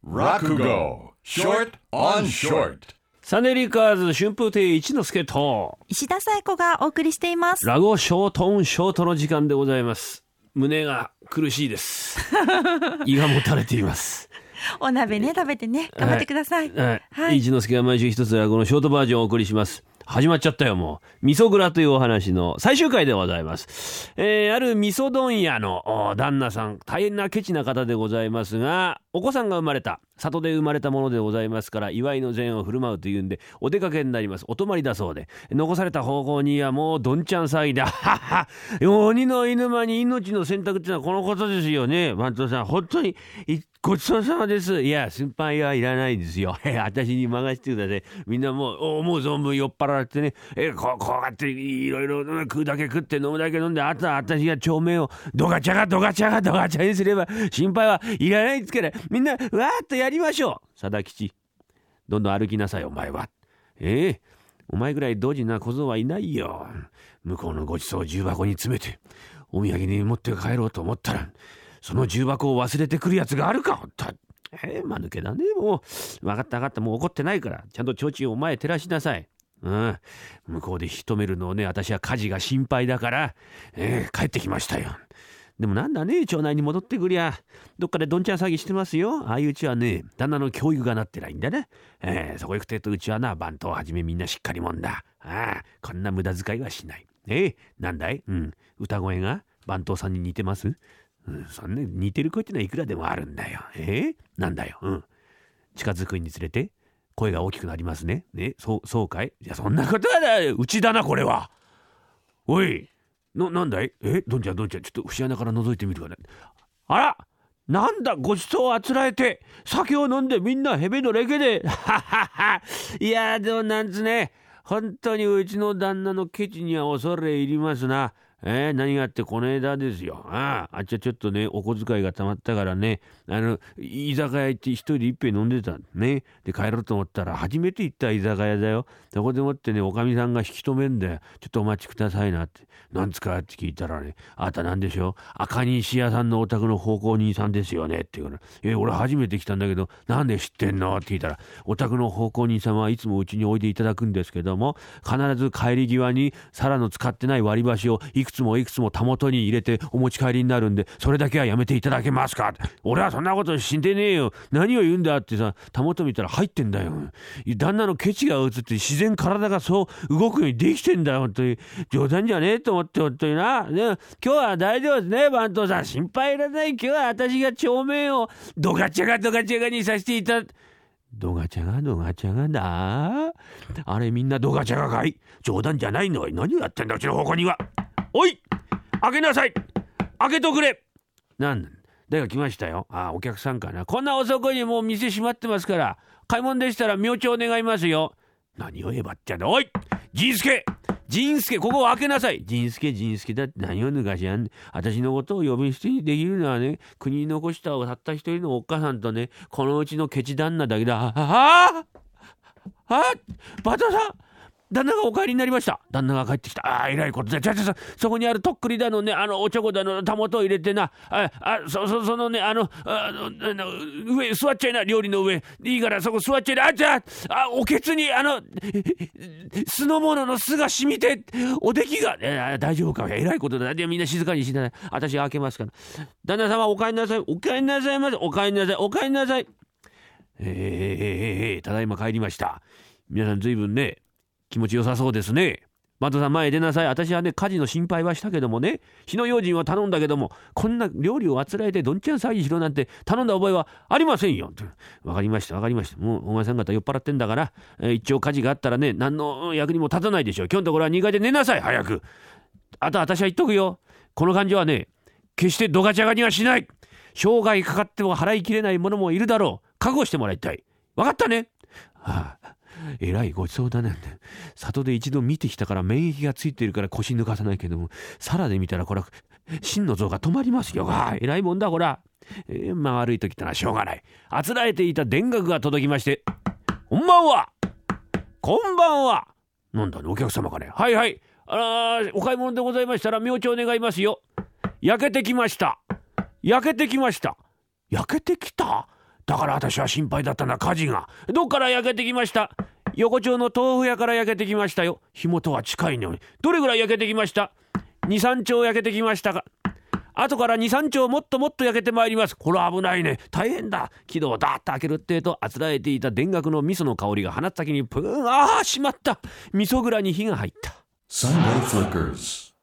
落語 Short on Short。 サネリカーズ春風亭一之輔と石田紗友子がお送りしています。 落語ショートオンショートの時間でございます。胸が苦しいです胃がもたれています。 お鍋ね食べてね頑張ってください。 はい、一之輔が毎週一つ落語のショートバージョンをお送りします。始まっちゃったよ。もう味噌蔵というお話の最終回でございます。ある味噌問屋の旦那さん、大変なケチな方でございますが、お子さんが生まれた、里で生まれたものでございますから、祝いの膳を振る舞うというんでお出かけになります。お泊まりだそうで、残された方向にはもうどんちゃん騒ぎで、ははは、鬼の居ぬ間に命の選択ってのはこのことですよね。番頭さん、本当にごちそうさまです。いや、心配はいらないですよ。私に任せてください。みんなもう思う存分酔っ払ってね、こうやっていろいろ食うだけ食って飲むだけ飲んで、あとは私が帳面をドガチャガにすれば心配はいらないですから、みんなわーっとやりましょう。貞吉、どんどん歩きなさい。お前はお前ぐらいドジな小僧はいないよ。向こうのごちそうを重箱に詰めてお土産に持って帰ろうと思ったら、その重箱を忘れてくるやつがあるか。間抜けだね。もう分かったもう怒ってないから、ちゃんと提灯を前照らしなさい。向こうで引き止めるのをね、私は火事が心配だから、帰ってきましたよ。でもなんだね、町内に戻ってくりゃどっかでどんちゃん騒ぎしてますよ。ああいううちはね、旦那の教育がなってないんだね。そこ行くてとうちはな、番頭はじめみんなしっかりもんだ。こんな無駄遣いはしない。なんだい、歌声が番頭さんに似てます。そんな似てる声ってのはいくらでもあるんだよ。なんだよ。近づくにつれて声が大きくなりますね。そうかい。いや、そんなことはだ、うちだなこれは。おい、なんだい。どんちゃんちょっと節穴から覗いてみるから。あら、なんだ、ごちそうをあつらえて酒を飲んでみんなヘベのレケでいや、でもなんつね、本当にうちの旦那のケチには恐れ入りますな。何があってこの間ですよ。あっちはちょっとね、お小遣いがたまったからね、居酒屋行って一人で一杯飲んでたね。で帰ろうと思ったら、初めて行った居酒屋だよ。そこでもってね、おかみさんが引き止めんだよ。ちょっとお待ちくださいなって。なんつかって聞いたらね、あなたなんでしょう、赤西屋さんのお宅の奉公人さんですよねって言うから、俺初めて来たんだけどなんで知ってんのって聞いたら、お宅の奉公人様はいつもうちにおいでいただくんですけども、必ず帰り際に皿の使ってない割り箸をいくつもたもとに入れてお持ち帰りになるんで、それだけはやめていただけますか。俺はそんなこと死んでねえよ、何を言うんだってさ、たもと見たら入ってんだよ。旦那のケチが映って自然体がそう動くようにできてんだよ。本当に冗談じゃねえと思って、本当にな。今日は大丈夫ですね、番頭さん、心配いらない。今日は私が帳面をドガチャガにさせていただドガチャガだ。あれみんなドガチャガかい。冗談じゃないの。何をやってんだうちの方向には。おい、開けなさい、開けとくれ。誰が来ましたよ。お客さんかな。こんな遅くにもう店閉まってますから、買い物でしたら明朝願いますよ。何をえばっちゃだ。おい、仁助、ここを開けなさい。仁助だって何を抜かしやん。私のことを呼び捨てにできるのはね、国に残したたった一人のおっかさんとね、このうちのケチ旦那だけだ。バトさん、旦那がお帰りになりました。旦那が帰ってきた。えらいことだ。そこにあるとっくりだのね、おちょこだのたもとを入れてな、そのね、上座っちゃいな。料理の上いいからそこ座っちゃいな。おけつに酢の物の酢が染みておできが、大丈夫か。えらいことだ。でみんな静かにしなさい。私が開けますから。旦那様、お帰りなさい。お帰りなさいませ。お帰りなさい。ただいま帰りました。皆さんずいぶんね、気持ちよさそうですね。番頭さん、前へ出なさい。私はね、火事の心配はしたけどもね、火の用心は頼んだけども、こんな料理をあつらえてどんちゃん騒ぎしろなんて頼んだ覚えはありませんよ。わかりました。もうお前さん方酔っ払ってんだから、一応火事があったらね、何の役にも立たないでしょう。今日のところは2階で寝なさい、早く。あと私は言っとくよ。この感じはね、決してドガチャガにはしない。生涯かかっても払いきれないものもいるだろう。覚悟してもらいたい。わかったね。えらいごちそうだね。里で一度見てきたから免疫がついているから腰抜かさないけども、皿で見たらこれ真の像が止まりますよ。えらいもんだこら。悪い時ってのはしょうがない。あつらえていた田楽が届きまして、こんばんは。なんだね、お客様かね。はい、お買い物でございましたら明朝願いますよ。焼けてきました。焼けてきただから私は心配だったな。火事がどっから焼けてきました？横丁の豆腐屋から焼けてきましたよ。火元は近いのに。どれぐらい焼けてきました？ 2,3 丁焼けてきましたか？後から 2,3 丁もっともっと焼けてまいります。これは危ないね。大変だ。木戸をダーッと開けるってえと、あつらえていた田楽の味噌の香りが鼻先にプーン。ああ、しまった。味噌蔵に火が入った。 Sunday Flickers.